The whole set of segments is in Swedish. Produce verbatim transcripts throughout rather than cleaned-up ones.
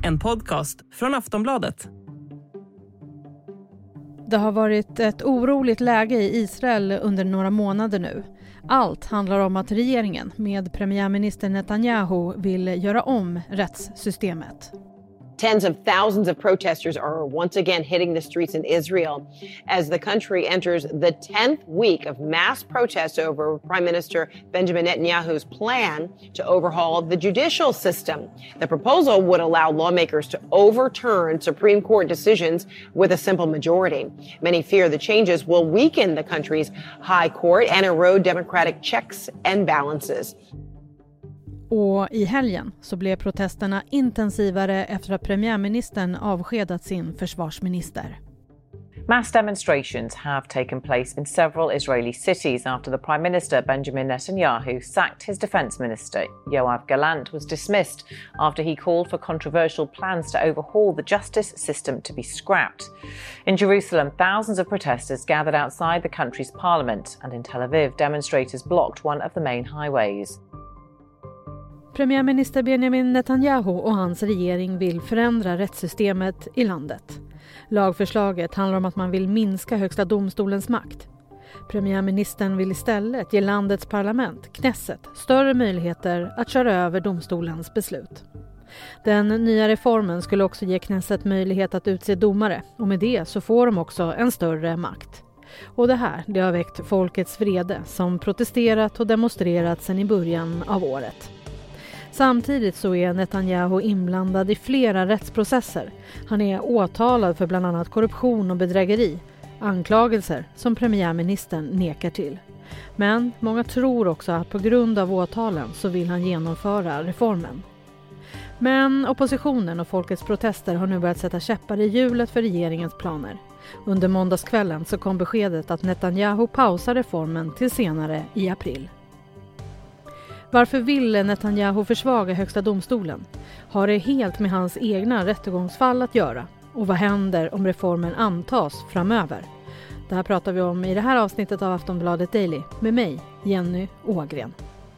En podcast från Aftonbladet. Det har varit ett oroligt läge i Israel under några månader nu. Allt handlar om att regeringen med premiärminister Netanyahu vill göra om rättssystemet. Tens of thousands of protesters are once again hitting the streets in Israel as the country enters the tenth week of mass protests over Prime Minister Benjamin Netanyahu's plan to overhaul the judicial system. The proposal would allow lawmakers to overturn Supreme Court decisions with a simple majority. Many fear the changes will weaken the country's high court and erode democratic checks and balances. Och i helgen så blev protesterna intensivare efter att premiärministern avskedat sin försvarsminister. Mass demonstrations have taken place in several Israeli cities after the Prime Minister Benjamin Netanyahu sacked his defense minister. Yoav Gallant was dismissed after he called for controversial plans to overhaul the justice system to be scrapped. In Jerusalem, thousands of protesters gathered outside the country's parliament, and in Tel Aviv, demonstrators blocked one of the main highways. Premiärminister Benjamin Netanyahu och hans regering vill förändra rättssystemet i landet. Lagförslaget handlar om att man vill minska högsta domstolens makt. Premiärministern vill istället ge landets parlament, Knesset, större möjligheter att köra över domstolens beslut. Den nya reformen skulle också ge Knesset möjlighet att utse domare, och med det så får de också en större makt. Och det här det har väckt folkets vrede som protesterat och demonstrerat sedan i början av året. Samtidigt så är Netanyahu inblandad i flera rättsprocesser. Han är åtalad för bland annat korruption och bedrägeri, anklagelser som premiärministern nekar till. Men många tror också att på grund av åtalen så vill han genomföra reformen. Men oppositionen och folkets protester har nu börjat sätta käppar i hjulet för regeringens planer. Under måndagskvällen så kom beskedet att Netanyahu pausar reformen till senare i april. Varför ville Netanyahu försvaga högsta domstolen? Har det helt med hans egna rättegångsfall att göra? Och vad händer om reformen antas framöver? Det här pratar vi om i det här avsnittet av Aftonbladet Daily med mig, Jenny Ågren.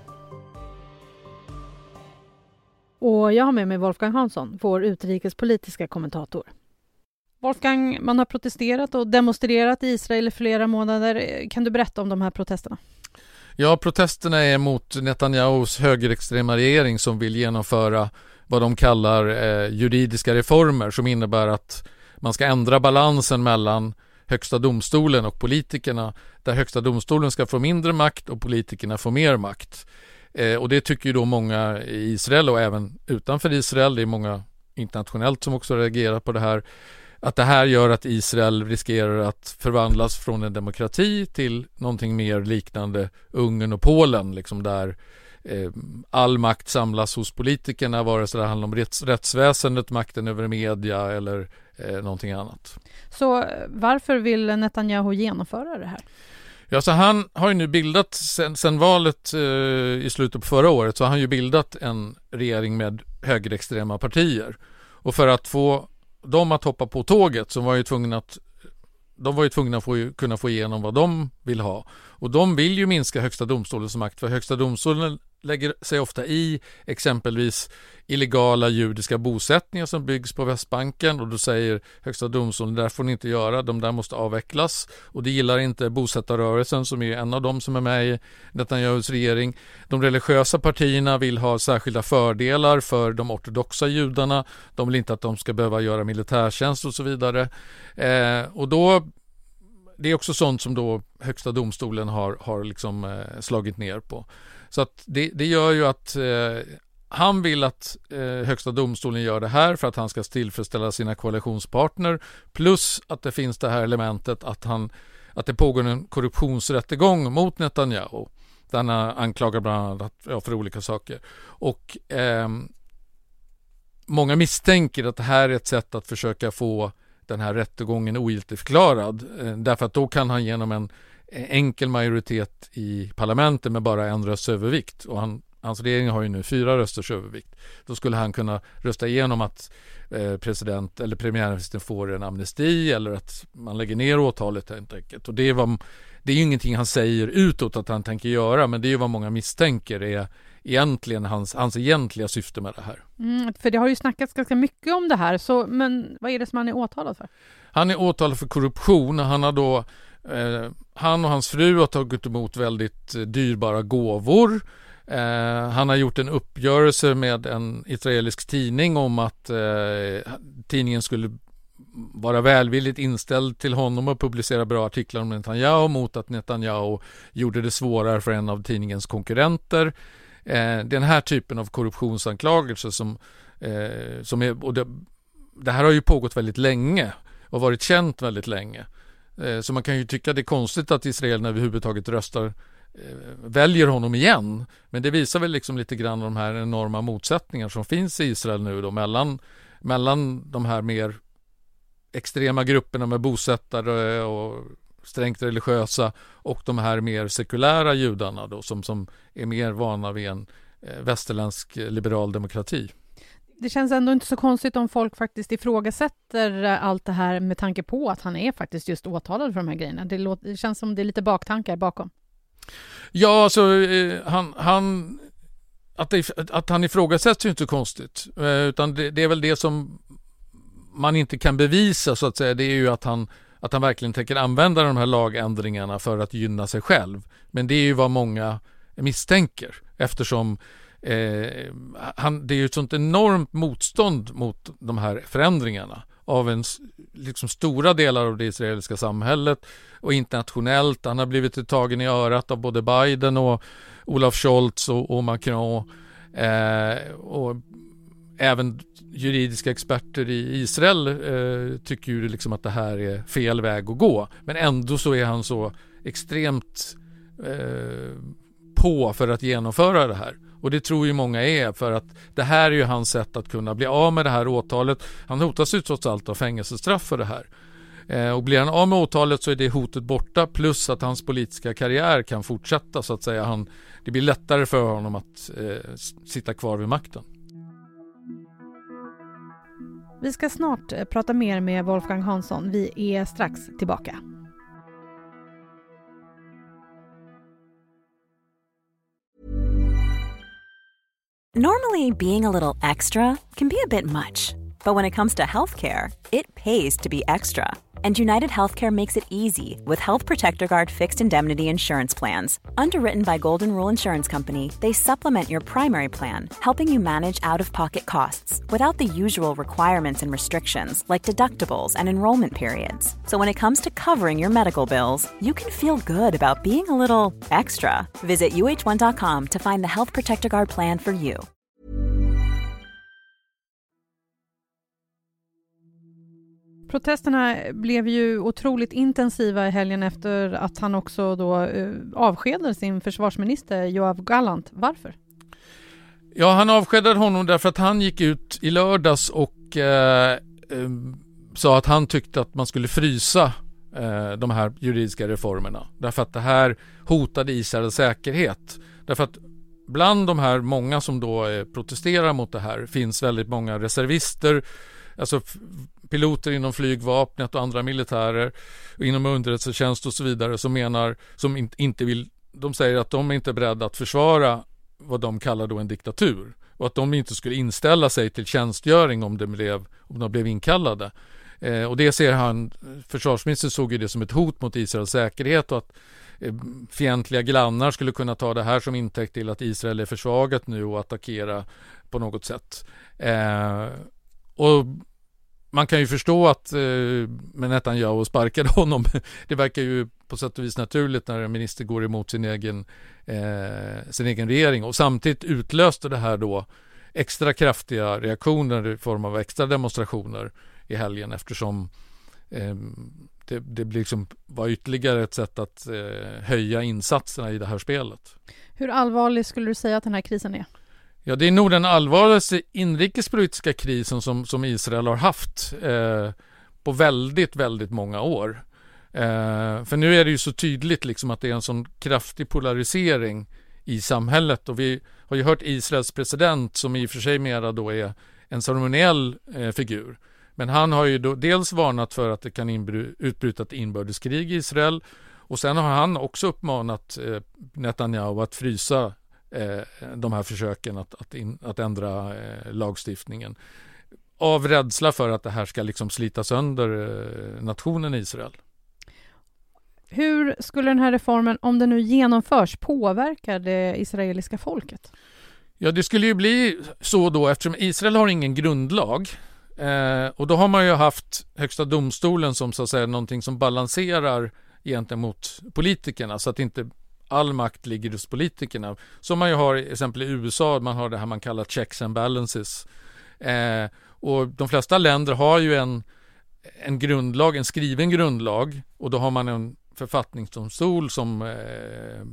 Och jag har med mig Wolfgang Hansson, vår utrikespolitiska kommentator. Wolfgang, man har protesterat och demonstrerat i Israel i flera månader. Kan du berätta om de här protesterna? Ja, protesterna är mot Netanyahus högerextrema regering som vill genomföra vad de kallar eh, juridiska reformer som innebär att man ska ändra balansen mellan högsta domstolen och politikerna, där högsta domstolen ska få mindre makt och politikerna får mer makt. Eh, och det tycker ju då många i Israel och även utanför Israel, det är många internationellt som också reagerar på det här, att det här gör att Israel riskerar att förvandlas från en demokrati till någonting mer liknande Ungern och Polen, liksom där eh, all makt samlas hos politikerna, vare sig det handlar om rätts- rättsväsendet, makten över media eller eh, någonting annat. Så varför vill Netanyahu genomföra det här? Ja, så han har ju nu bildat, sen, sen valet eh, i slutet på förra året, så har han ju bildat en regering med högerextrema partier. Och för att få de att hoppa på tåget så var ju tvungna att de var ju tvungna att få, kunna få igenom vad de vill ha. Och de vill ju minska högsta domstolens makt, för högsta domstolen lägger sig ofta i exempelvis illegala judiska bosättningar som byggs på Västbanken, och då säger högsta domstolen, där får ni inte göra, de där måste avvecklas, och det gillar inte bosättarrörelsen som är en av dem som är med i Netanyahus regering. De religiösa partierna vill ha särskilda fördelar för de ortodoxa judarna, de vill inte att de ska behöva göra militärtjänst och så vidare. Eh, och då det är också sånt som då högsta domstolen har, har liksom eh, slagit ner på. Så att det, det gör ju att eh, han vill att eh, högsta domstolen gör det här för att han ska tillfredsställa sina koalitionspartner, plus att det finns det här elementet att, han, att det pågår en korruptionsrättegång mot Netanyahu. Den anklagar bland annat ja, för olika saker. Och eh, många misstänker att det här är ett sätt att försöka få den här rättegången ogiltigförklarad, eh, därför att då kan han genom en enkel majoritet i parlamentet med bara en rösts övervikt, och han, hans regering har ju nu fyra rösters övervikt, då skulle han kunna rösta igenom att eh, president eller premiärministern får en amnesti eller att man lägger ner åtalet helt enkelt. Och det är, vad, det är ju ingenting han säger utåt att han tänker göra, men det är ju vad många misstänker är, egentligen hans, hans egentliga syfte med det här. Mm, för det har ju snackats ganska mycket om det här, så, men vad är det som han är åtalad för? Han är åtalad för korruption. Han har då eh, han och hans fru har tagit emot väldigt dyrbara gåvor. Eh, han har gjort en uppgörelse med en israelisk tidning om att eh, tidningen skulle vara välvilligt inställd till honom och publicera bra artiklar om Netanyahu, mot att Netanyahu gjorde det svårare för en av tidningens konkurrenter. Eh, den här typen av korruptionsanklagelser som, eh, som är, och det, det här har ju pågått väldigt länge och varit känt väldigt länge. Eh, så man kan ju tycka det är konstigt att Israel överhuvudtaget röstar eh, väljer honom igen. Men det visar väl liksom lite grann de här enorma motsättningar som finns i Israel nu då, mellan, mellan de här mer extrema grupperna med bosättare och strängt religiösa och de här mer sekulära judarna då, som, som är mer vana vid en eh, västerländsk liberal demokrati. Det känns ändå inte så konstigt om folk faktiskt ifrågasätter allt det här med tanke på att han är faktiskt just åtalad för de här grejerna. Det, låter, det känns som det är lite baktankar bakom. Ja, alltså eh, han, han att, det, att han ifrågasätts är ju inte konstigt, eh, utan det, det är väl det som man inte kan bevisa så att säga. Det är ju att han att han verkligen tänker använda de här lagändringarna för att gynna sig själv. Men det är ju vad många misstänker, eftersom eh, han, det är ju ett sånt enormt motstånd mot de här förändringarna av en, liksom stora delar av det israeliska samhället och internationellt. Han har blivit tagen i örat av både Biden och Olaf Scholz och, och Macron eh, och även juridiska experter i Israel eh, tycker ju liksom att det här är fel väg att gå. Men ändå så är han så extremt eh, på för att genomföra det här. Och det tror ju många är, för att det här är ju hans sätt att kunna bli av med det här åtalet. Han hotas ju trots allt av fängelsestraff för det här. Eh, och blir han av med åtalet så är det hotet borta, plus att hans politiska karriär kan fortsätta så att säga. Han, det blir lättare för honom att eh, sitta kvar vid makten. Vi ska snart prata mer med Wolfgang Hansson. Vi är strax tillbaka. Normally, being a little extra can be a bit much. But when it comes to healthcare, it pays to be extra. And United Healthcare makes it easy with Health Protector Guard fixed indemnity insurance plans. Underwritten by Golden Rule Insurance Company, they supplement your primary plan, helping you manage out-of-pocket costs without the usual requirements and restrictions like deductibles and enrollment periods. So when it comes to covering your medical bills, you can feel good about being a little extra. Visit U H one dot com to find the Health Protector Guard plan for you. Protesterna blev ju otroligt intensiva i helgen efter att han också då uh, avskedade sin försvarsminister Yoav Gallant. Varför? Ja, han avskedade honom därför att han gick ut i lördags och eh, eh, sa att han tyckte att man skulle frysa eh, de här juridiska reformerna. Därför att det här hotade Israels säkerhet. Därför att bland de här många som då eh, protesterar mot det här finns väldigt många reservister, alltså f- piloter inom flygvapnet och andra militärer och inom underrättelsetjänst och så vidare, som menar, som in, inte vill, de säger att de är inte beredda att försvara vad de kallar då en diktatur, och att de inte skulle inställa sig till tjänstgöring om de blev, om de blev inkallade. Eh, och det ser han, försvarsministern såg ju det som ett hot mot Israels säkerhet, och att eh, fientliga grannar skulle kunna ta det här som intäkt till att Israel är försvagat nu och attackera på något sätt. Eh, och man kan ju förstå att eh, Netanyahu sparkade honom. Det verkar ju på sätt och vis naturligt när en minister går emot sin egen, eh, sin egen regering. Och samtidigt utlöste det här då extra kraftiga reaktioner i form av extra demonstrationer i helgen, eftersom eh, det, det liksom var ytterligare ett sätt att eh, höja insatserna i det här spelet. Hur allvarlig skulle du säga att den här krisen är? Ja, det är nog den allvarligaste inrikespolitiska krisen som, som Israel har haft eh, på väldigt, väldigt många år. Eh, för nu är det ju så tydligt liksom att det är en sån kraftig polarisering i samhället, och vi har ju hört Israels president, som i och för sig mera då är en ceremoniell eh, figur. Men han har ju då dels varnat för att det kan inbry- utbryta ett inbördeskrig i Israel, och sen har han också uppmanat eh, Netanyahu att frysa eh, de här försöken att, att, in, att ändra eh, lagstiftningen. Av rädsla för att det här ska liksom slita sönder eh, nationen Israel. Hur skulle den här reformen, om den nu genomförs, påverka det israeliska folket? Ja, det skulle ju bli så då eftersom Israel har ingen grundlag. Eh, och då har man ju haft högsta domstolen som så att säga någonting som balanserar gentemot politikerna så att inte all makt ligger hos politikerna. Som man ju har till exempel i U S A, man har det här man kallar checks and balances. Eh, och de flesta länder har ju en, en grundlag, en skriven grundlag och då har man en författningsdomstol som eh,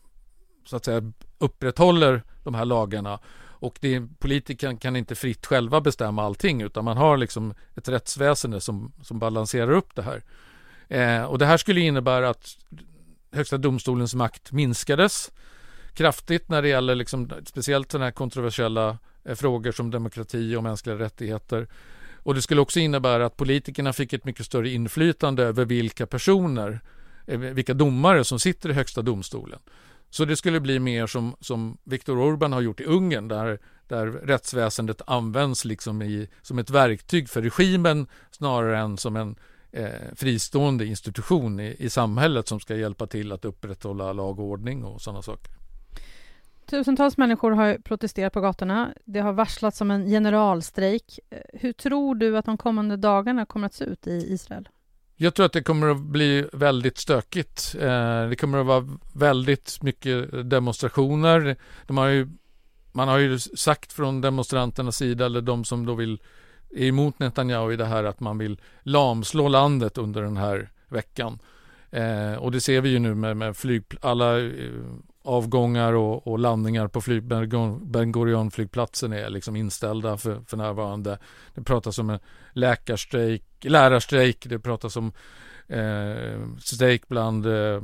så att säga upprätthåller de här lagarna. Och det, politikerna kan inte fritt själva bestämma allting utan man har liksom ett rättsväsende som, som balanserar upp det här. Eh, och det här skulle innebära att högsta domstolens makt minskades kraftigt när det gäller liksom, speciellt sådana här kontroversiella eh, frågor som demokrati och mänskliga rättigheter. Och det skulle också innebära att politikerna fick ett mycket större inflytande över vilka personer, eh, vilka domare som sitter i högsta domstolen. Så det skulle bli mer som, som Viktor Orbán har gjort i Ungern där, där rättsväsendet används liksom i, som ett verktyg för regimen snarare än som en eh, fristående institution i, i samhället som ska hjälpa till att upprätthålla lag och ordning och sådana saker. Tusentals människor har protesterat på gatorna. Det har varslats om en generalstrejk. Hur tror du att de kommande dagarna kommer att se ut i Israel? Jag tror att det kommer att bli väldigt stökigt. Eh, det kommer att vara väldigt mycket demonstrationer. De har ju, man har ju sagt från demonstranternas sida, eller de som då vill är emot Netanyahu i det här, att man vill lamslå landet under den här veckan. Eh, och det ser vi ju nu med, med flyg, alla eh, avgångar och, och landningar på flyg, Ben Gurion-flygplatsen är liksom inställda för, för närvarande. Det pratas om en läkarstrejk, lärarstrejk, det pratas om eh, strejk bland eh,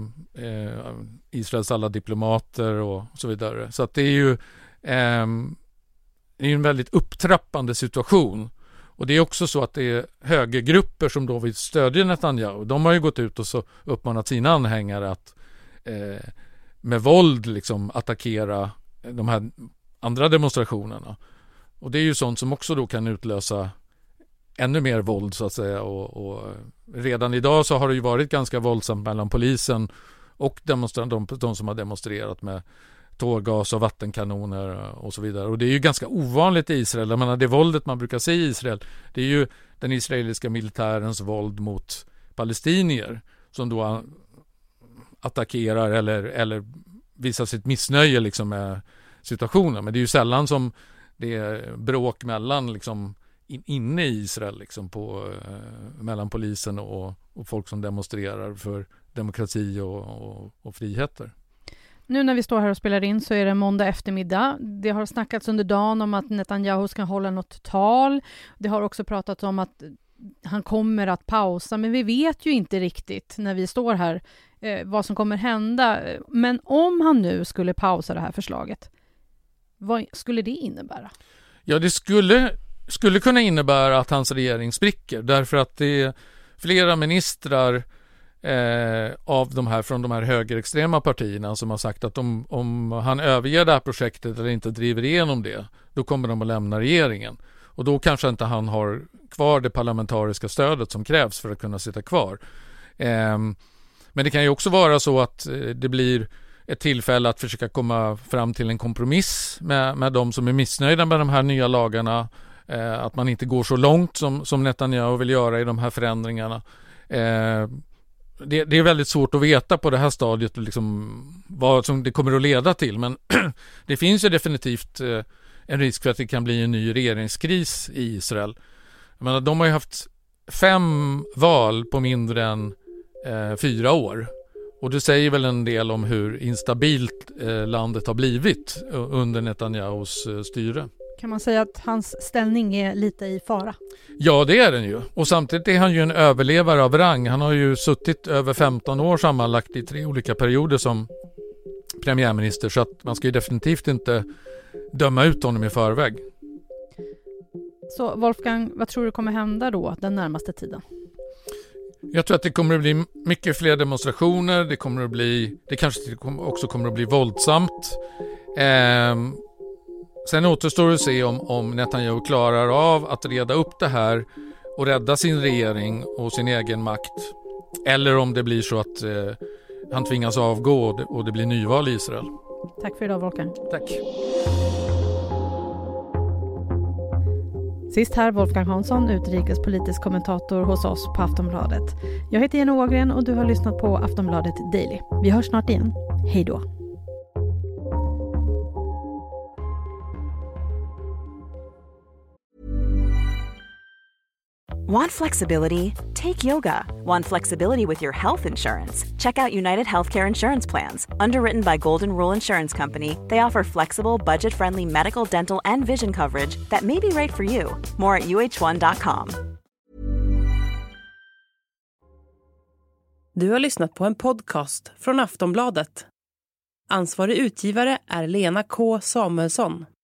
Israels alla diplomater och så vidare. Så att det är ju eh, det är en väldigt upptrappande situation. Och det är också så att det är högergrupper som då vill stödja Netanyahu. De har ju gått ut och så uppmanat sina anhängare att eh, med våld liksom attackera de här andra demonstrationerna. Och det är ju sånt som också då kan utlösa ännu mer våld så att säga. Och, och redan idag så har det ju varit ganska våldsamt mellan polisen och demonstranter, de, de som har demonstrerat med tårgas och vattenkanoner och så vidare. Och det är ju ganska ovanligt i Israel. Jag menar, det våldet man brukar se i Israel, det är ju den israeliska militärens våld mot palestinier som då attackerar eller, eller visar sitt missnöje liksom med situationen. Men det är ju sällan som det är bråk mellan liksom in, inne i Israel liksom på, eh, mellan polisen och, och folk som demonstrerar för demokrati och, och, och friheter. Nu när vi står här och spelar in så är det måndag eftermiddag. Det har snackats under dagen om att Netanyahu ska hålla något tal. Det har också pratats om att han kommer att pausa, men vi vet ju inte riktigt när vi står här eh, vad som kommer hända. Men om han nu skulle pausa det här förslaget, vad skulle det innebära? Ja, det skulle, skulle kunna innebära att hans regering spricker, därför att det är flera ministrar eh, av de här, från de här högerextrema partierna som har sagt att om, om han överger det här projektet eller inte driver igenom det, då kommer de att lämna regeringen. Och då kanske inte han har kvar det parlamentariska stödet som krävs för att kunna sitta kvar. Eh, men det kan ju också vara så att eh, det blir ett tillfälle att försöka komma fram till en kompromiss med, med de som är missnöjda med de här nya lagarna. Eh, att man inte går så långt som, som Netanyahu vill göra i de här förändringarna. Eh, det, det är väldigt svårt att veta på det här stadiet liksom, vad som det kommer att leda till. Men det finns ju definitivt eh, en risk för att det kan bli en ny regeringskris i Israel. Jag menar, de har ju haft fem val på mindre än eh, fyra år. Och det säger väl en del om hur instabilt eh, landet har blivit under Netanyahus eh, styre. Kan man säga att hans ställning är lite i fara? Ja, det är den ju. Och samtidigt är han ju en överlevare av rang. Han har ju suttit över femton år sammanlagt i tre olika perioder som premiärminister. Så att man ska ju definitivt inte döma ut honom i förväg. Så Wolfgang, vad tror du kommer hända då den närmaste tiden? Jag tror att det kommer att bli mycket fler demonstrationer. Det kommer att bli, det kanske också kommer att bli våldsamt. Eh, sen återstår det att se om, om Netanyahu klarar av att reda upp det här och rädda sin regering och sin egen makt. Eller om det blir så att eh, han tvingas avgå och det, och det blir nyval i Israel. Tack för idag, Wolfgang. Tack. Sist här Wolfgang Hansson, utrikespolitisk kommentator hos oss på Aftonbladet. Jag heter Jenny Ågren och du har lyssnat på Aftonbladet Daily. Vi hörs snart igen. Hej då. Want flexibility? Take yoga. Want flexibility with your health insurance? Check out United Healthcare Insurance Plans. Underwritten by Golden Rule Insurance Company, they offer flexible, budget-friendly medical, dental, and vision coverage that may be right for you. More at U H one dot com. Du har lyssnat på en podcast från Aftonbladet. Ansvarig utgivare är Lena K. Samuelsson.